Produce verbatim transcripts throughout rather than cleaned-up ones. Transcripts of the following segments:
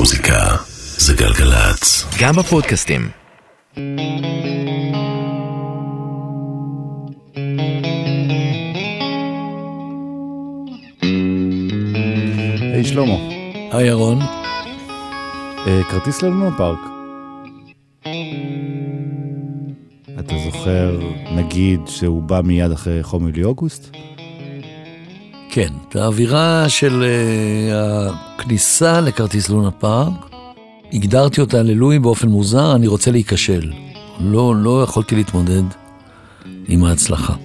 מוזיקה זה גלגלצ. גם בפודקאסטים. היי שלמה. היי ירון. כרטיס ללונה פארק. אתה זוכר, נגיד, שהוא בא מיד אחרי חום יולי אוגוסט? כן, את האווירה של uh, הכניסה לכרטיס לונה פארק, הגדרתי אותה ללואי באופן מוזר, אני רוצה להיכשל. לא, לא יכולתי להתמודד עם ההצלחה.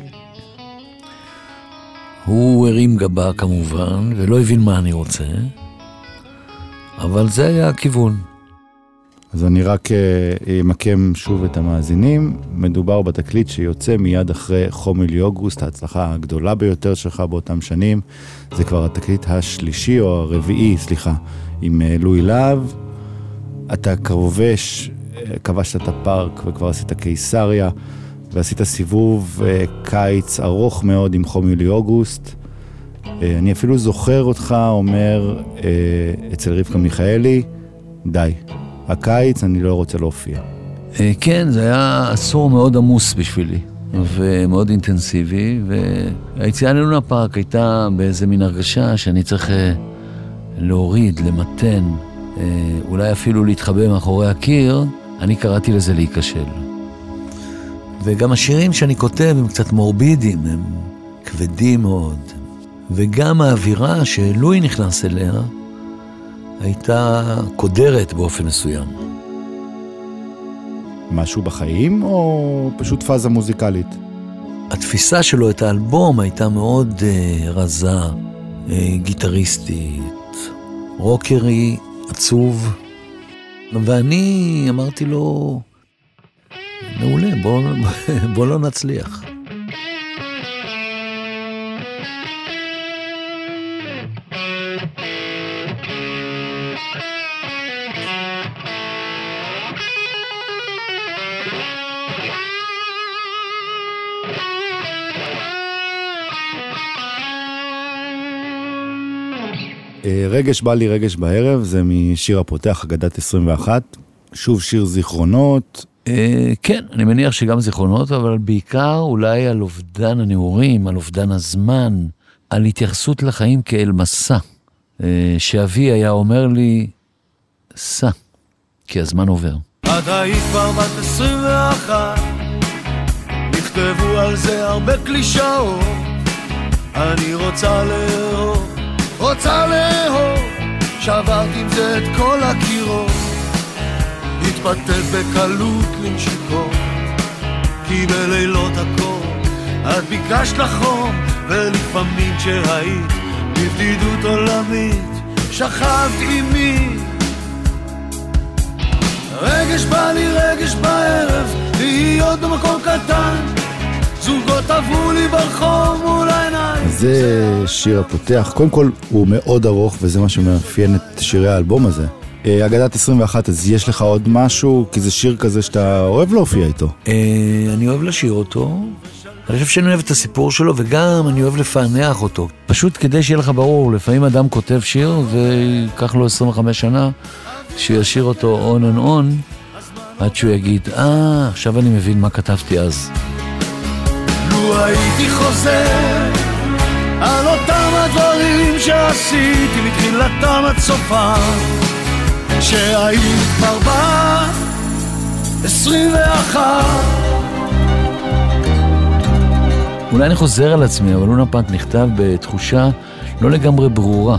הוא הרים גבה כמובן, ולא הבין מה אני רוצה, אבל זה היה הכיוון. אז אני רק אמקם שוב את המאזינים. מדובר בתקליט שיוצא מיד אחרי חום יולי אוגוסט, ההצלחה הגדולה ביותר שלך באותם שנים. זה כבר התקליט השלישי או הרביעי, סליחה, עם לואי להב. אתה כרובש, כבשת את הפארק וכבר עשית קיסריה, ועשית סיבוב קיץ ארוך מאוד עם חום יולי אוגוסט. אני אפילו זוכר אותך אומר אצל רבקה מיכאלי, די. הקיץ אני לא רוצה להופיע. כן, זה היה עשור מאוד עמוס בשבילי, ומאוד אינטנסיבי, והיציאה ללונה פארק הייתה באיזה מין הרגשה שאני צריך להוריד, למתן, אולי אפילו להתחבא מאחורי הקיר. אני קראתי לזה להיכשל. וגם השירים שאני כותב הם קצת מורבידים, הם כבדים מאוד. וגם האווירה שלואי נכנס אליה, הייתה קודרת באופן מסוים. משהו בחיים או פשוט פאזה מוזיקלית? התפיסה שלו את האלבום הייתה מאוד uh, רזה, uh, גיטריסטית, רוקרי, עצוב. ואני אמרתי לו, מעולה, בוא, בוא לא נצליח. רגש בא לי רגש בערב, זה משיר הפותח אגדת עשרים ואחת, שוב שיר זיכרונות. כן, אני מניח שגם זיכרונות, אבל בעיקר אולי על אובדן הנעורים, על אובדן הזמן, על התייחסות לחיים כאל מסע, שאבי היה אומר לי, סע, כי הזמן עובר. את היית כבר בת עשרים ואחת, נכתבו על זה הרבה קלישאות, אני רוצה לאהוב, רוצה לאהוב, שברת עם זה את כל הקירות, התפתת בקלות לנשיקות, כי בלילות הכל את ביקשת לחום, ולפעמים כשהיית בבדידות עולמית שכבת עימי. רגש בא לי רגש בערב, להיות במקום קטן, זוגות עברו לי ברחוב מול העיניים. זה שיר הפותח. קודם כל הוא מאוד ארוך, וזה מה שמאפיין את שירי האלבום הזה. אגדת עשרים ואחת, אז יש לך עוד משהו? כי זה שיר כזה שאתה אוהב להופיע איתו. אני אוהב לשיר אותו. אני חושב שאני אוהב את הסיפור שלו, וגם אני אוהב לפענח אותו. פשוט כדי שיהיה לך ברור, לפעמים אדם כותב שיר, ויקח לו עשרים וחמש שנה, שישיר אותו on and on, עד שהוא יגיד, אה, עכשיו אני מבין מה כתבתי אז. לו הייתי חוזר על אותם הדברים שעשיתי מתחילתם עד סופם, שהיית כבר בת עשרים ואחת. אולי אני חוזר על עצמי, אבל לונה פארק נכתב בתחושה לא לגמרי ברורה,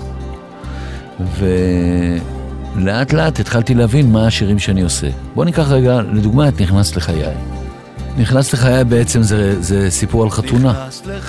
ולאט לאט התחלתי להבין מה השירים שאני עושה. בוא ניקח רגע לדוגמה את נכנס לחיי. נכנס לחיי בעצם זה, זה סיפור על חתונה,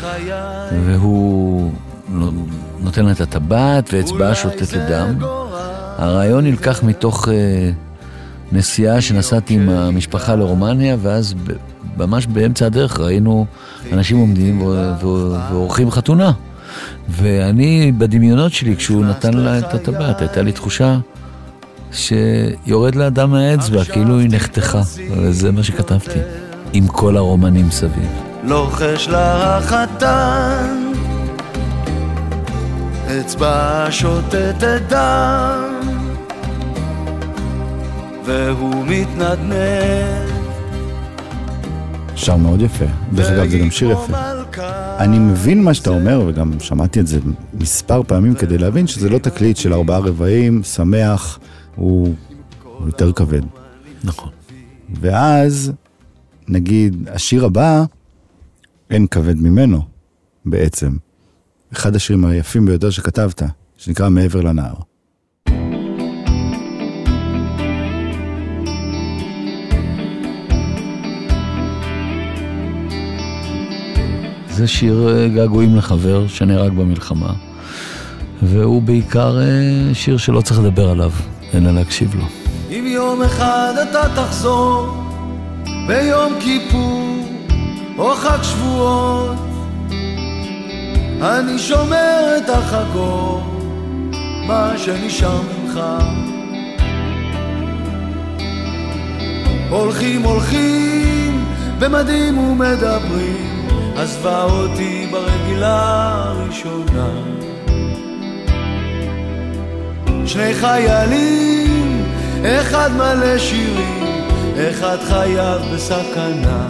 והוא נותן לה את הטבעת ואצבעה שותת לדם. הרעיון נלקח מתוך uh, נסיעה שנסעתי עם המשפחה לרומניה, ואז ב, ממש באמצע הדרך ראינו אנשים עומדים ועורכים חתונה, ואני בדמיונות שלי כשהוא נתן לה את הטבעת הייתה לי תחושה שיורד לאדם מהאצבע כאילו היא נחתכה, וזה מה שכתבתי עם כל הרומנים סביב. לוחש לחתן אצבע שוטטת דם, והוא מתנדנד. שר מאוד יפה, דרך אגב זה גם שיר יפה. אני מבין מה שאתה אומר, וגם שמעתי את זה מספר פעמים כדי להבין שזה לא תקליט של ארבעה רבעים, שמח, הוא יותר כבד. נכון. ואז, נגיד, השיר הבא, אין כבד ממנו, בעצם. אחד השירים היפים ביותר שכתבת, שנקרא מעבר לנהר. זה שיר געגועים לחבר שנהרג במלחמה, והוא בעיקר שיר שלא צריך לדבר עליו, אלא להקשיב לו. אם יום אחד אתה תחזור, ביום כיפור או חג שבועות, אני שומר את החגור, מה שנשאר ממך. הולכים הולכים במדים ומדברים, עזבה אותי ברגילה הראשונה. שני חיילים, אחד מלא שירים, אחד חייב בסכנה.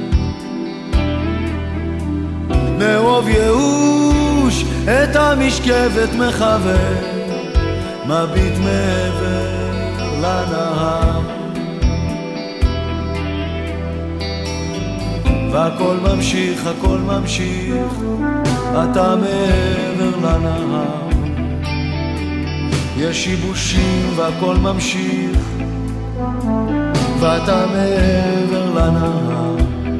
מרוב ייאוש את המשכבת מחבר, מביט מעבר לנהר. והכל ממשיך, הכל ממשיך, אתה מעבר לנהר. יש שיבושים והכל ממשיך, ואתה מעבר לנהר.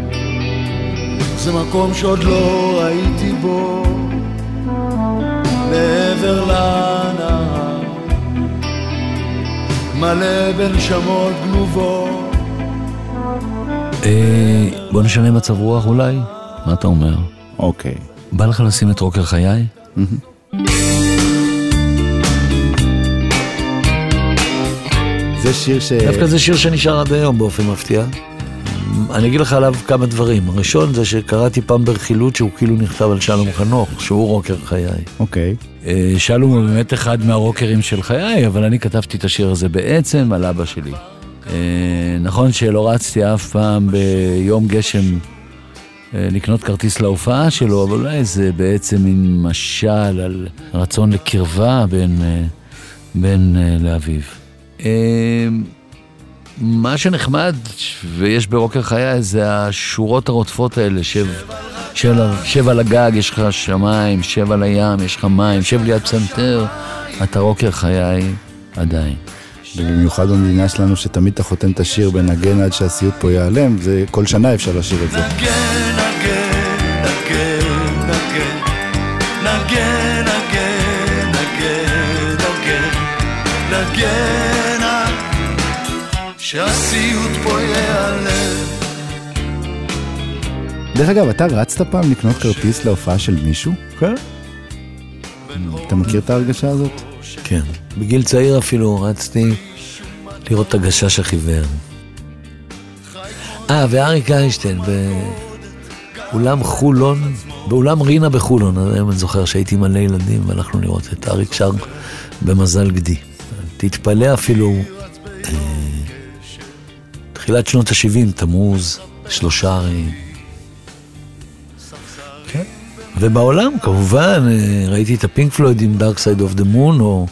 זה מקום שעוד לא ראיתי בו, מעבר לנהר, מלא בנשמות גנובות. בוא נשנה מצב רוח אולי? מה אתה אומר? אוקיי. בא לך לשים את רוקר חיי? זה שיר ש... דווקא זה שיר שנשאר עד היום באופן מפתיע. אני אגיד לך עליו כמה דברים. הראשון זה שקראתי פעם ברכילות שהוא כאילו נכתב על שלום חנוך, שהוא רוקר חיי. אוקיי. שלום הוא באמת אחד מהרוקרים של חיי, אבל אני כתבתי את השיר הזה בעצם על אבא שלי. נכון שלא רצתי אף פעם ביום גשם לקנות כרטיס להופעה שלו, אבל אולי זה בעצם מין משל על רצון לקרבה בין, בין לאביו. מה שנחמד ויש ברוקר חיי זה השורות הרודפות האלה, שב, שב, שב על הגג יש לך שמיים, שב על הים יש לך מים, שב ליד פסנתר, אתה רוקר חיי עדיין. ובמיוחד במדינה שלנו שתמיד אתה חותם את השיר בנגן עד שהסיוט פה ייעלם, זה כל שנה אפשר לשיר את זה. נגן, נגן, נגן, נגן, נגן, נגן, נגן, נגן, נגן, שהסיוט פה ייעלם. דרך אגב, אתה רצת פעם לקנות כרטיס להופעה של מישהו? כן. אתה מכיר את ההרגשה הזאת? כן. בגיל צעיר אפילו רצתי לראות את הגשש החיוור. אה, ואריק איינשטיין באולם חולון, באולם רינה בחולון, אז היום אני זוכר שהייתי מלא ילדים והלכנו לראות את אריק שר במזל גדי. תתפלא אפילו, אה, תחילת שנות ה-שבעים, תמוז, שלושה ערים. כן. ובעולם כמובן ראיתי את הפינק פלויד עם Dark Side of the Moon, או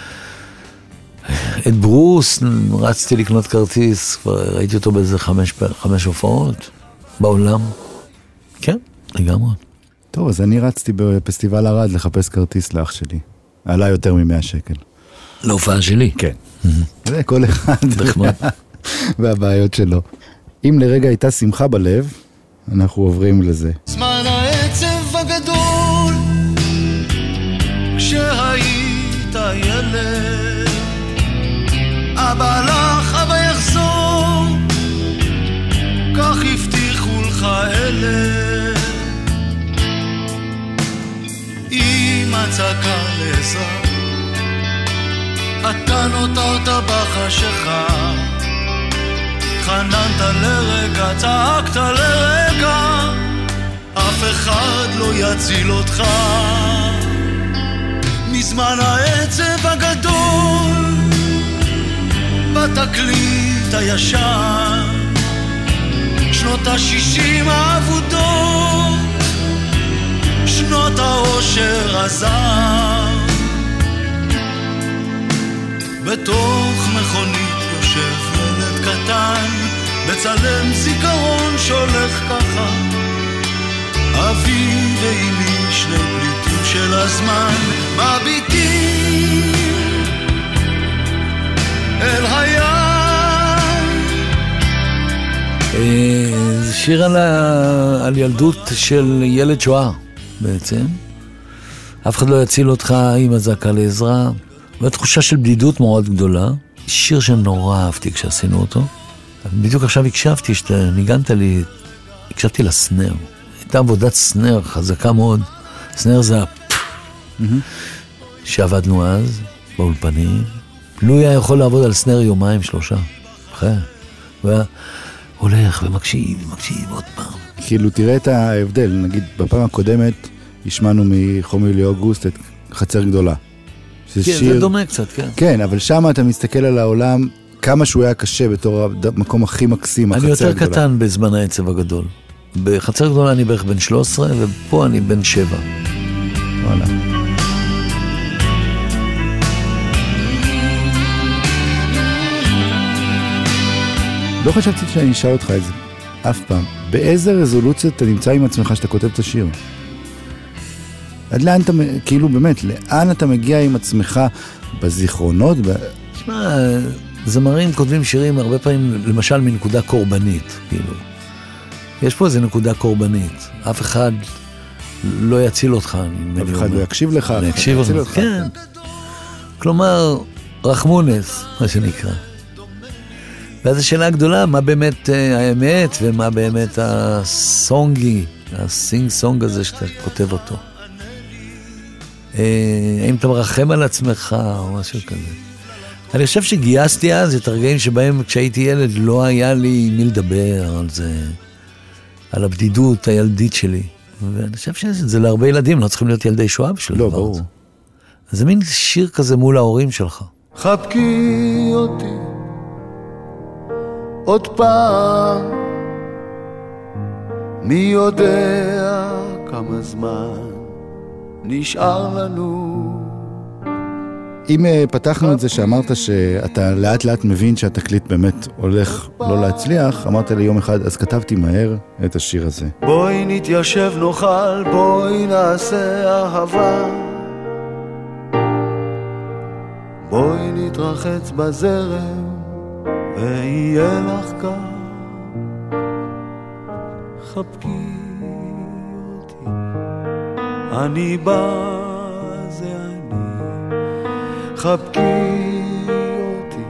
את ברוס, רצתי לקנות כרטיס, כבר ראיתי אותו באיזה חמש, חמש הופעות בעולם. כן, לגמרי. טוב, אז אני רצתי בפסטיבל ערד לחפש כרטיס לאח שלי. עלה יותר ממאה שקל. להופעה שלי? כן. זה כל אחד. נחמד. והבעיות שלו. אם לרגע הייתה שמחה בלב, אנחנו עוברים לזה. זמן העצב הגדול, כשהיית ילד, אבא לך, אבא יחזור, כך הבטיחו לך אלה. אמא צעקה לעזרה, אתה נותרת בחשכה, חננת לרגע, צעקת לרגע, אף אחד לא יציל אותך. מזמן העצב הגדול בתקליט הפרויקט הישן, שנות השישים העבודות, שנות האושר הזר. בתוך מכונית יושב ילד קטן, מצלם זיכרון שהולך ככה, אבי ואימי שני פליטים של הזמן, מביטים אל הים. זה שיר על, ה... על ילדות של ילד שואה בעצם. אף אחד לא יציל אותך, אמא זעקה לעזרה, והתחושה של בדידות מאוד גדולה. שיר שנורא אהבתי כשעשינו אותו. בדיוק עכשיו הקשבתי, שניגנת לי, הקשבתי לסנר. הייתה עבודת סנר חזקה מאוד. סנר זה הפ... שעבדנו אז באולפנים. לו היה יכול לעבוד על סנר יומיים שלושה. אחרי. הוא היה הולך ומקשיב, ומקשיב עוד פעם. כאילו תראה את ההבדל, נגיד בפעם הקודמת השמענו מחום יולי אוגוסט את חצר גדולה. כן, שיר... זה דומה קצת, כן. כן, אבל שם אתה מסתכל על העולם, כמה שהוא היה קשה בתור המקום הכי מקסים, החצר הגדולה. אני יותר קטן בזמן העצב הגדול. בחצר גדולה אני בערך בן שלוש עשרה, ופה אני בן שבע. וואלה. לא חשבתי שאני אשאל אותך את זה, אף פעם. באיזה רזולוציה אתה נמצא עם עצמך שאתה כותב את השיר? עד לאן אתה, כאילו באמת, לאן אתה מגיע עם עצמך בזיכרונות? תשמע, זמרים כותבים שירים הרבה פעמים, למשל מנקודה קורבנית, כאילו. יש פה איזה נקודה קורבנית. אף אחד לא יציל אותך. אף אחד לא יקשיב לך. לא יקשיב אותך. כן. כלומר, רחמונס, מה שנקרא. ואז השאלה הגדולה, מה באמת האמת, ומה באמת הסונגי, הסינג סונג הזה שאתה כותב אותו. האם אתה מרחם על עצמך או משהו כזה. אני חושב שגייסתי אז את הרגעים שבהם כשהייתי ילד לא היה לי מי לדבר על זה, על הבדידות הילדית שלי. ואני חושב שזה להרבה ילדים, לא צריכים להיות ילדי שואה בשביל לא, דבר ברור. הזה. אז זה מין שיר כזה מול ההורים שלך. חבקי אותי עוד פעם, מי יודע כמה זמן נשאר לנו. אם פתחנו את זה שאמרת שאתה לאט לאט מבין שהתקליט באמת הולך לא להצליח, אמרת לי יום אחד, אז כתבתי מהר את השיר הזה. בואי נתיישב נאכל, בואי נעשה אהבה, בואי נתרחץ בזרם ויהיה לך קר, חבקי אותי, אני בא זה אני, חבקי אותי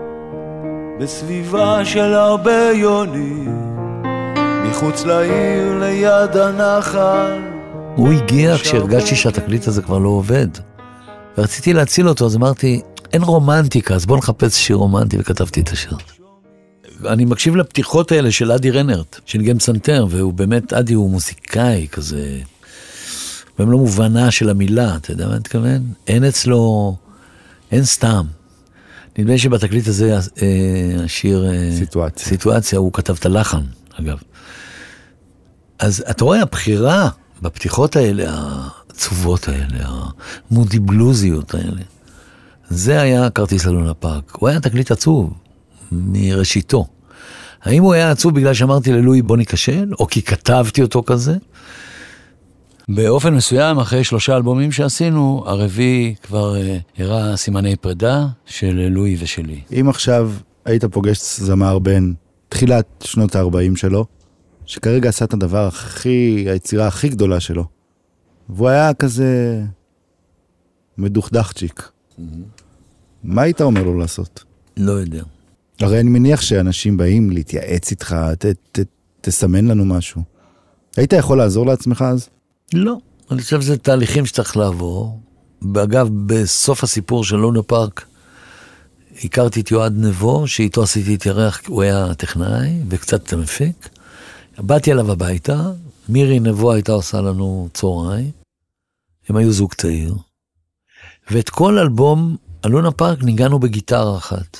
בסביבה של הרבה יונים, מחוץ לעיר ליד הנחל. הוא הגיע כשהרגשתי שהתקליט הזה כבר לא עובד, ורציתי להציל אותו, אז אמרתי, אין רומנטיקה, אז בוא נחפש שיר רומנטי, וכתבתי את השיר. אני מקשיב לפתיחות האלה של אדי רנרט, שניגן פסנתר, והוא באמת, אדי הוא מוזיקאי כזה, במלוא מובנה של המילה, אתה יודע מה אני מתכוון? אין אצלו, אין סתם. נדמה לי שבתקליט הזה, השיר סיטואציה. סיטואציה, הוא כתב את הלחן, אגב. אז אתה רואה, הבחירה בפתיחות האלה, העצובות האלה, המודי בלוזיות האלה, זה היה כרטיס ללונה פארק. הוא היה תקליט עצוב מראשיתו. האם הוא היה עצוב בגלל שאמרתי ללואי בוא ניקשל, או כי כתבתי אותו כזה? באופן מסוים, אחרי שלושה אלבומים שעשינו, הרביעי כבר uh, הראה סימני פרידה של לואי ושלי. אם עכשיו היית פוגש זמר בין תחילת שנות ה-ארבעים שלו, שכרגע עשה את הדבר הכי, היצירה הכי גדולה שלו, והוא היה כזה מדוכדך צ'יק. Mm-hmm. מה היית אומר לו לעשות? לא יודע. הרי אני מניח שאנשים באים להתייעץ איתך, ת, ת, תסמן לנו משהו. היית יכול לעזור לעצמך אז? לא. אני חושב שזה תהליכים שצריך לעבור. באגב, בסוף הסיפור של לונה פארק, הכרתי את יועד נבו, שאיתו עשיתי את ירח, הוא היה טכנאי, וקצת את המפיק. באתי אליו הביתה, מירי נבו הייתה עושה לנו צהריים, הם היו זוג צעיר, ואת כל אלבום, הלונה פארק ניגענו בגיטרה אחת.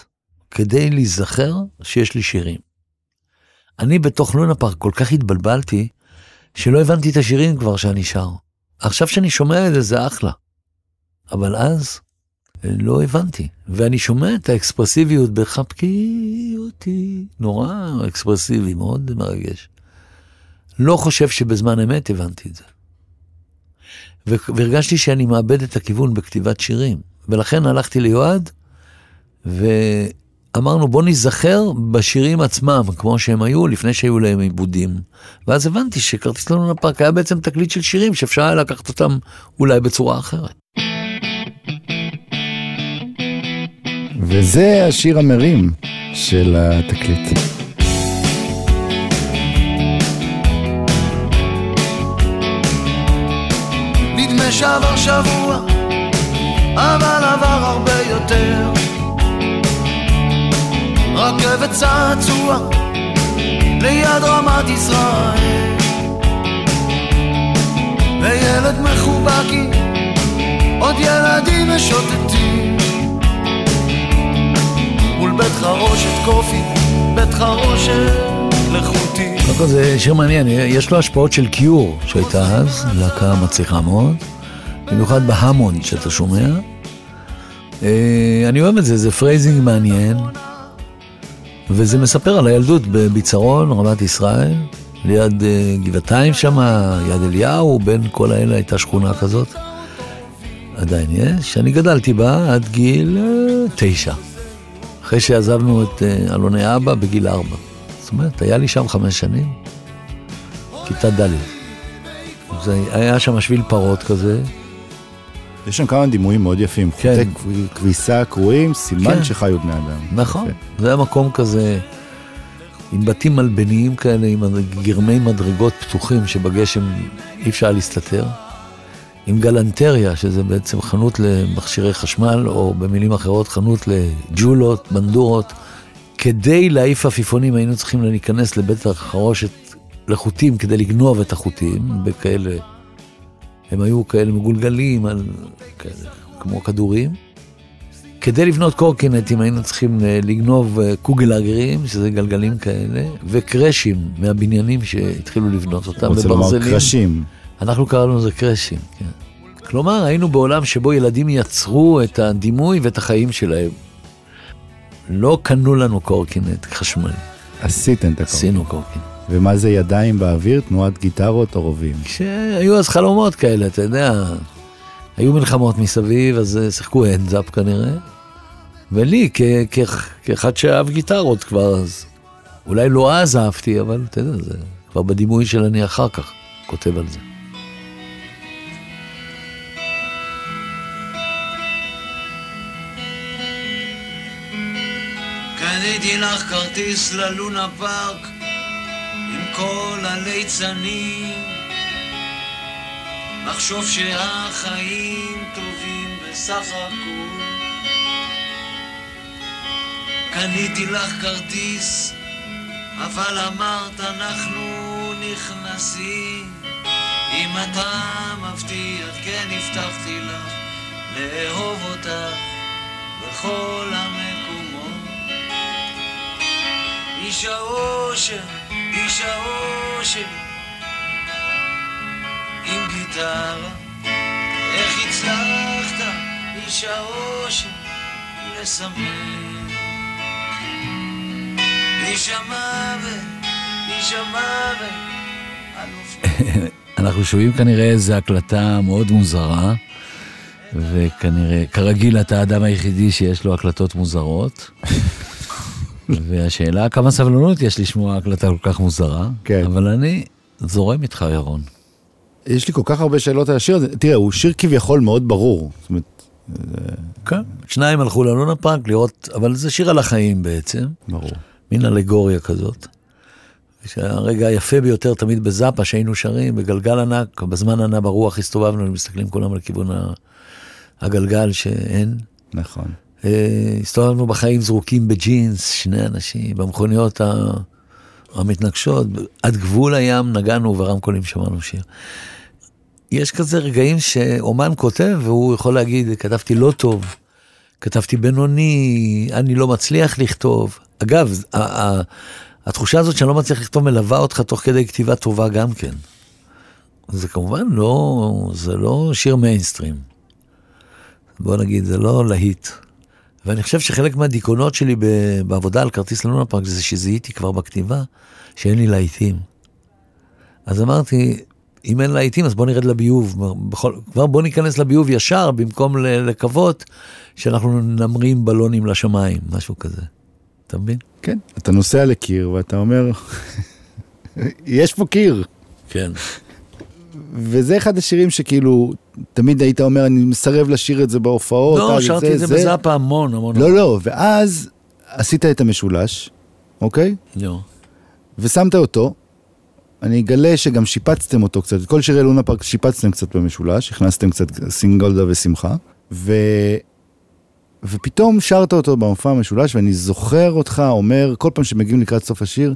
כדי להיזכר שיש לי שירים. אני בתוך לונה פארק כל כך התבלבלתי, שלא הבנתי את השירים כבר שאני שר. עכשיו שאני שומע את זה, זה אחלה. אבל אז לא הבנתי. ואני שומע את האקספרסיביות בחבקי אותי. נורא אקספרסיבי, מאוד מרגש. לא חושב שבזמן אמת הבנתי את זה. והרגשתי שאני מאבד את הכיוון בכתיבת שירים. ולכן הלכתי ליועד, ואמרנו בוא נזכר בשירים עצמם, כמו שהם היו לפני שהיו להם עיבודים. ואז הבנתי שכרטיס ללונה פארק היה בעצם תקליט של שירים, שאפשר היה לקחת אותם אולי בצורה אחרת. וזה השיר המרים של התקליט. נדמה שעבר שבוע, אבל עבר הרבה יותר. רכבת צעצוע ליד רמת ישראל, וילד מחובקי, עוד ילדים משוטטים מול בית חרושת קופי, בית חרושת לחוטי. קודם כל זה שיר מעניין, יש לו השפעות של קיור שהייתה אז, להקה מצליחה מאוד, במיוחד בהמון שאתה שומע. אני אוהב את זה, זה פרייזינג מעניין, וזה מספר על הילדות בביצרון, רמת ישראל, ליד גבעתיים שם, יד אליהו, בין כל האלה הייתה שכונה כזאת. עדיין יש, אני גדלתי בה עד גיל תשע. אחרי שעזבנו את אלוני אבא בגיל ארבע. זאת אומרת, היה לי שם חמש שנים, כיתה ד'. זה היה שם שביל פרות כזה. יש שם כמה דימויים מאוד יפים, כן. חוטי כביסה, קרועים, סימן כן. שחיו בני אדם. נכון, יפה. זה היה מקום כזה, עם בתים מלבניים כאלה, עם גרמי מדרגות פתוחים, שבגשם אי אפשר להסתתר, עם גלנטריה, שזה בעצם חנות למכשירי חשמל, או במילים אחרות חנות לג'ולות, בנדורות. כדי להעיף עפיפונים היינו צריכים להיכנס לבית החרושת לחוטים, כדי לגנוב את החוטים, בכאלה, הם היו כאלה מגולגלים, על, כאלה, כמו כדורים. כדי לבנות קורקינטים היינו צריכים לגנוב קוגלאגרים, שזה גלגלים כאלה, וקרשים מהבניינים שהתחילו לבנות אותם בברזלים. רוצה לומר קרשים. אנחנו קראנו לזה קרשים, כן. כלומר, היינו בעולם שבו ילדים יצרו את הדימוי ואת החיים שלהם. לא קנו לנו קורקינט חשמלי. עשיתם את הקורקינט. עשינו קורקינט. ומה זה ידיים באוויר? תנועת גיטרות או רובים? כשהיו אז חלומות כאלה, אתה יודע, היו מלחמות מסביב, אז שיחקו הנדזאפ כנראה. ולי, כ- כ- כאחד שאהב גיטרות כבר, אז אולי לא אז אהבתי, אבל אתה יודע, זה כבר בדימוי של אני אחר כך כותב על זה. קניתי לך כרטיס ללונה פארק עם כל הליצנים, לחשוב שהחיים טובים בסך הכל. קניתי לך כרטיס, אבל אמרת אנחנו נכנסים. אם אתה מבטיח, כן הבטחתי לך לאהוב אותך בכל המקומות. איש האושר, איש האושר, עם גיטרה, איך הצלחת, איש האושר, לסמל. איש המוות, איש המוות, אלוף. אנחנו שומעים כנראה איזו הקלטה מאוד מוזרה, וכנראה, כרגיל אתה האדם היחידי שיש לו הקלטות מוזרות. והשאלה, כמה סבלנות יש לשמוע הקלטה כל כך מוזרה, כן. אבל אני זורם איתך, ירון. יש לי כל כך הרבה שאלות על השיר הזה. תראה, הוא שיר כביכול מאוד ברור. זאת אומרת, כן. שניים הלכו ללונה פארק לראות, אבל זה שיר על החיים בעצם. ברור. מין אלגוריה כזאת. שהרגע היפה ביותר תמיד בזאפה, שהיינו שרים, בגלגל ענק, בזמן ענה ברוח הסתובבנו, מסתכלים כולם על כיוון הגלגל שאין. נכון. הסתובבנו בחיים זרוקים בג'ינס, שני אנשים, במכוניות המתנגשות, עד גבול הים נגענו ורמקולים שמענו שיר. יש כזה רגעים שאומן כותב, והוא יכול להגיד, כתבתי לא טוב, כתבתי בינוני, אני לא מצליח לכתוב. אגב, התחושה הזאת שאני לא מצליח לכתוב מלווה אותך תוך כדי כתיבה טובה גם כן. זה כמובן לא, זה לא שיר מיינסטרים. בוא נגיד, זה לא להיט. ואני חושב שחלק מהדיכאונות שלי בעבודה על כרטיס ללונה פארק, זה שזיהיתי כבר בכתיבה, שאין לי להיטים. אז אמרתי, אם אין להיטים, אז בוא נרד לביוב. בכל, כבר בוא ניכנס לביוב ישר, במקום לקוות שאנחנו נמרים בלונים לשמיים, משהו כזה. אתה מבין? כן. אתה נוסע לקיר, ואתה אומר, יש פה קיר. כן. וזה אחד השירים שכאילו, תמיד היית אומר, אני מסרב לשיר את זה בהופעות. לא, שרתי את זה בזאפה המון, המון. לא, לא, ואז עשית את המשולש, אוקיי? לא. ושמת אותו, אני אגלה שגם שיפצתם אותו קצת, כל שירי לונה פארק שיפצתם קצת במשולש, הכנסתם קצת סינגולדה ושמחה, ו... ופתאום שרת אותו במופע המשולש, ואני זוכר אותך אומר, כל פעם שמגיעים לקראת סוף השיר,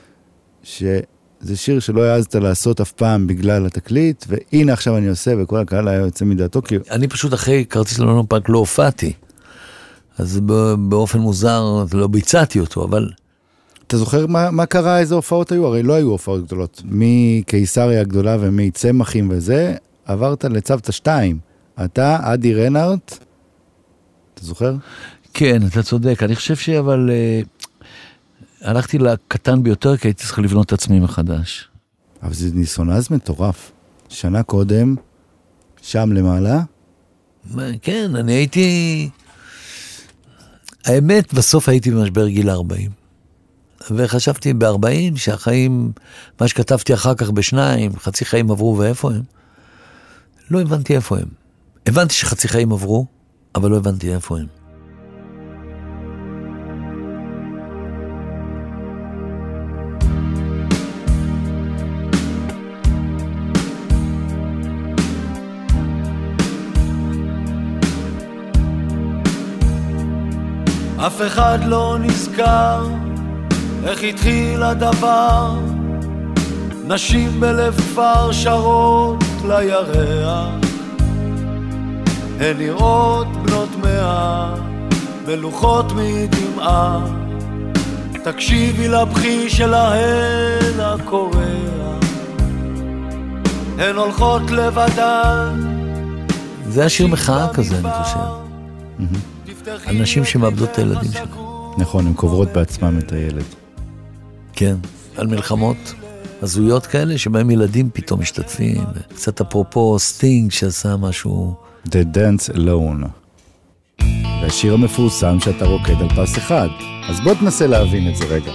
שזה שיר שלא העזת לעשות אף פעם בגלל התקליט, והנה עכשיו אני עושה, וכל הקהל היה יוצא מדעתו, כי... אני פשוט אחרי כרטיס ללונה פארק לא הופעתי, אז באופן מוזר לא ביצעתי אותו, אבל... אתה זוכר מה, מה קרה, איזה הופעות היו? הרי לא היו הופעות גדולות. מקיסריה הגדולה ומצמחים וזה, עברת לצוותא שתיים. אתה, אדי רנארט, אתה זוכר? כן, אתה צודק. אני חושב שאבל, אה, הלכתי לקטן ביותר, כי הייתי צריך לבנות את עצמי מחדש. אבל זה ניסונז מטורף. שנה קודם, שם למעלה? כן, אני הייתי... האמת, בסוף הייתי במשבר גיל ארבעים. וחשבתי ב-ארבעים שהחיים, מה שכתבתי אחר כך בשניים, חצי חיים עברו ואיפה הם? לא הבנתי איפה הם. הבנתי שחצי חיים עברו, אבל לא הבנתי איפה הם. אף אחד לא נזכר איך התחיל הדבר, נשים בלב כפר שרות לירח, הן נראות בנות מאה, מלוכות מדמעה, תקשיבי לבכי שלהן הקורע, הן הולכות לבדן. זה השיר מחאה כזה, אני חושב. על נשים שמאבדות את הילדים שלהם. נכון, הן קוברות בעצמם את הילד. כן, על מלחמות הזויות כאלה שבהם ילדים פתאום משתתפים, קצת אפרופו סטינג שעשה משהו... The Dance Alone. והשיר המפורסם שאתה רוקד על פס אחד. אז בוא תנסה להבין את זה רגע.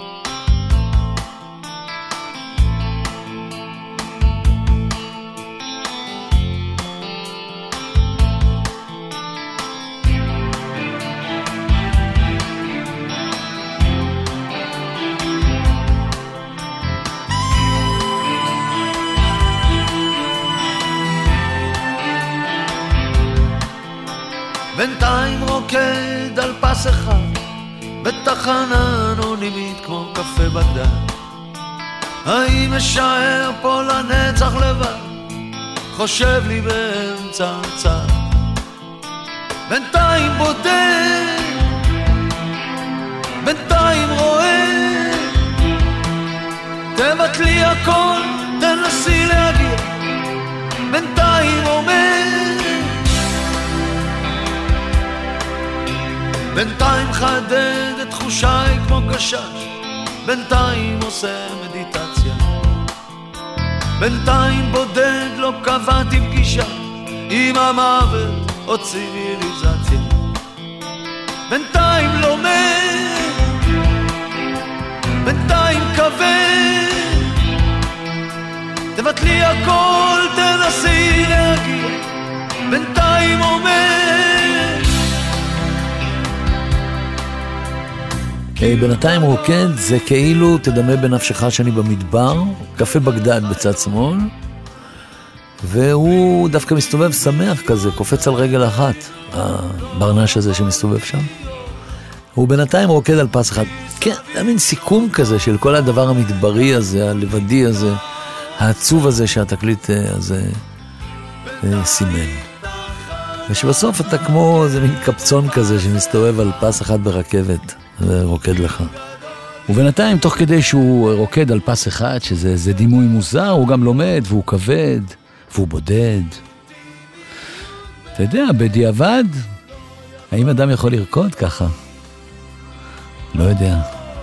בינתיים רוקד על פס אחד בתחנה אנונימית כמו קפה בגדד. האם אשאר פה לנצח לבד? חושב לי באמצע הצד. בינתיים בודד, בינתיים רואה, תבטלי הכל, תנסי להגיע. בינתיים עומד, בינתיים חדד את תחושיי כמו גשש, בינתיים עושה מדיטציה, בינתיים בודד לא קבעתי פגישה עם המוות או ציוויליזציה, בינתיים לומד, בינתיים כבד, תבטלי הכל, תנסי להגיע, בינתיים עומד. בינתיים רוקד זה כאילו תדמה בנפשך שאני במדבר, קפה בגדד בצד שמאל, והוא דווקא מסתובב שמח כזה, קופץ על רגל אחת, הברנש הזה שמסתובב שם. הוא בינתיים רוקד על פס אחד. כן, זה מין סיכום כזה של כל הדבר המדברי הזה, הלבדי הזה, העצוב הזה שהתקליט הזה סימן. ושבסוף אתה כמו איזה מין קפצון כזה שמסתובב על פס אחד ברכבת ורוקד לך. ובינתיים, תוך כדי שהוא רוקד על פס אחד, שזה זה דימוי מוזר, הוא גם לומד והוא כבד והוא בודד. אתה יודע, בדיעבד, האם אדם יכול לרקוד ככה? לא יודע.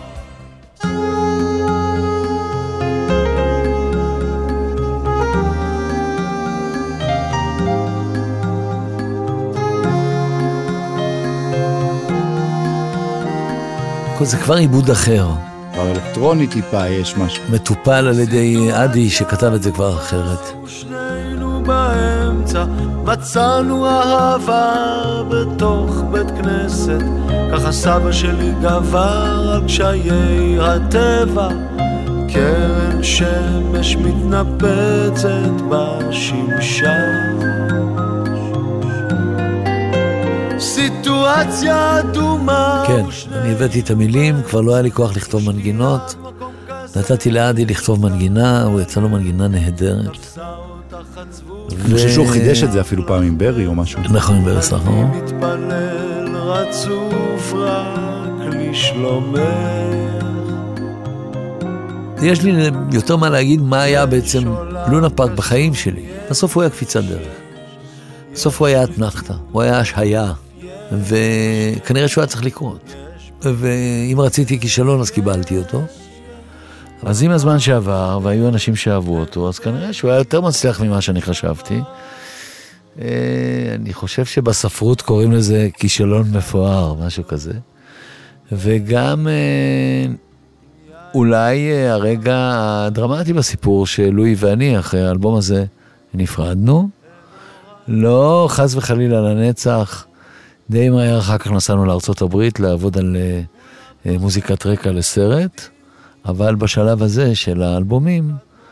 זה כבר עיבוד אחר. כבר אלקטרוני טיפה, יש משהו. מטופל על ידי אדי שכתב את זה כבר אחרת. ושנינו באמצע מצאנו אהבה בתוך בית כנסת, ככה סבא שלי גבר על קשיי הטבע, קרן שמש מתנפצת בשמשה, סיטואציה אדומה. כן, אני הבאתי את המילים, כבר לא היה לי כוח לכתוב מנגינות, נתתי לאדי לכתוב מנגינה, הוא יצא לו מנגינה נהדרת. אני חושב שהוא חידש את זה אפילו פעם עם ברי או משהו. נכון, עם ברי סחר. אני מתפלל רצוף רק לשלומך. יש לי יותר מה להגיד מה היה בעצם לונה פארק בחיים שלי. בסוף הוא היה קפיצת דרך. בסוף הוא היה אתנחתא, הוא היה השהיה, וכנראה שהוא היה צריך לקרות. ואם רציתי כישלון אז קיבלתי אותו. אז עם הזמן שעבר, והיו אנשים שאהבו אותו, אז כנראה שהוא היה יותר מצליח ממה שאני חשבתי. אני חושב שבספרות קוראים לזה כישלון מפואר, משהו כזה. וגם אולי הרגע הדרמטי בסיפור שלואי ואני, אחרי האלבום הזה, נפרדנו. לא חס וחלילה לנצח, די מהר אחר כך נסענו לארצות הברית לעבוד על מוזיקת רקע לסרט, אבל בשלב הזה של האלבומים,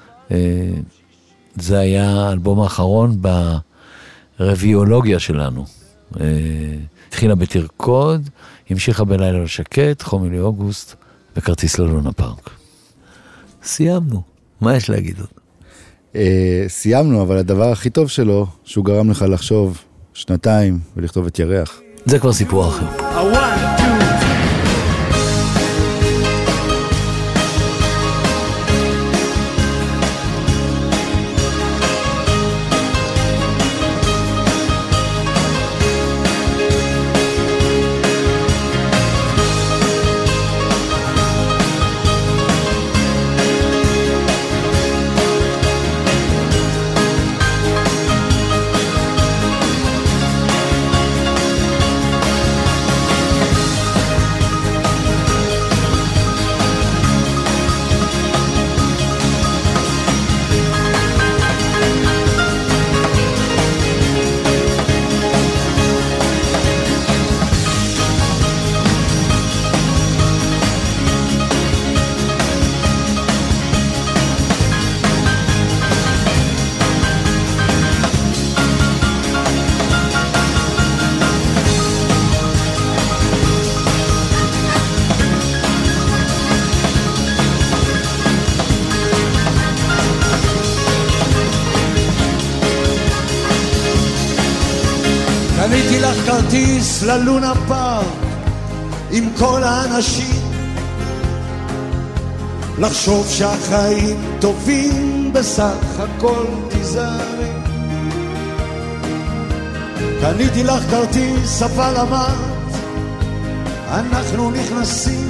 זה היה האלבום האחרון ברביולוגיה שלנו. התחילה בתרקוד, המשיכה בלילה לשקט, חום יולי אוגוסט, וכרטיס ללונה פארק. סיימנו, מה יש להגיד עוד? סיימנו, אבל הדבר הכי טוב שלו, שהוא גרם לך לחשוב שנתיים ולכתוב את ירח. זה כבר סיפור אחר. קניתי לך כרטיס ללונה פארק עם כל האנשים, לחשוב שהחיים טובים בסך הכל תיזהרי. קניתי לך כרטיס אבל אמרת אנחנו נכנסים,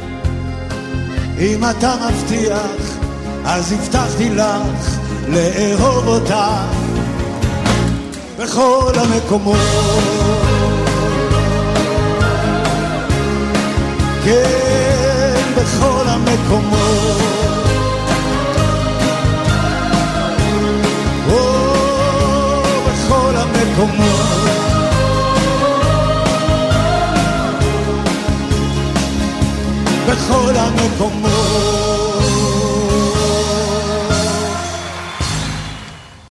אם אתה מבטיח אז הבטחתי לך לאהוב אותה בכל המקומות, כן, בכל המקומות, או, בכל המקומות, בכל המקומות.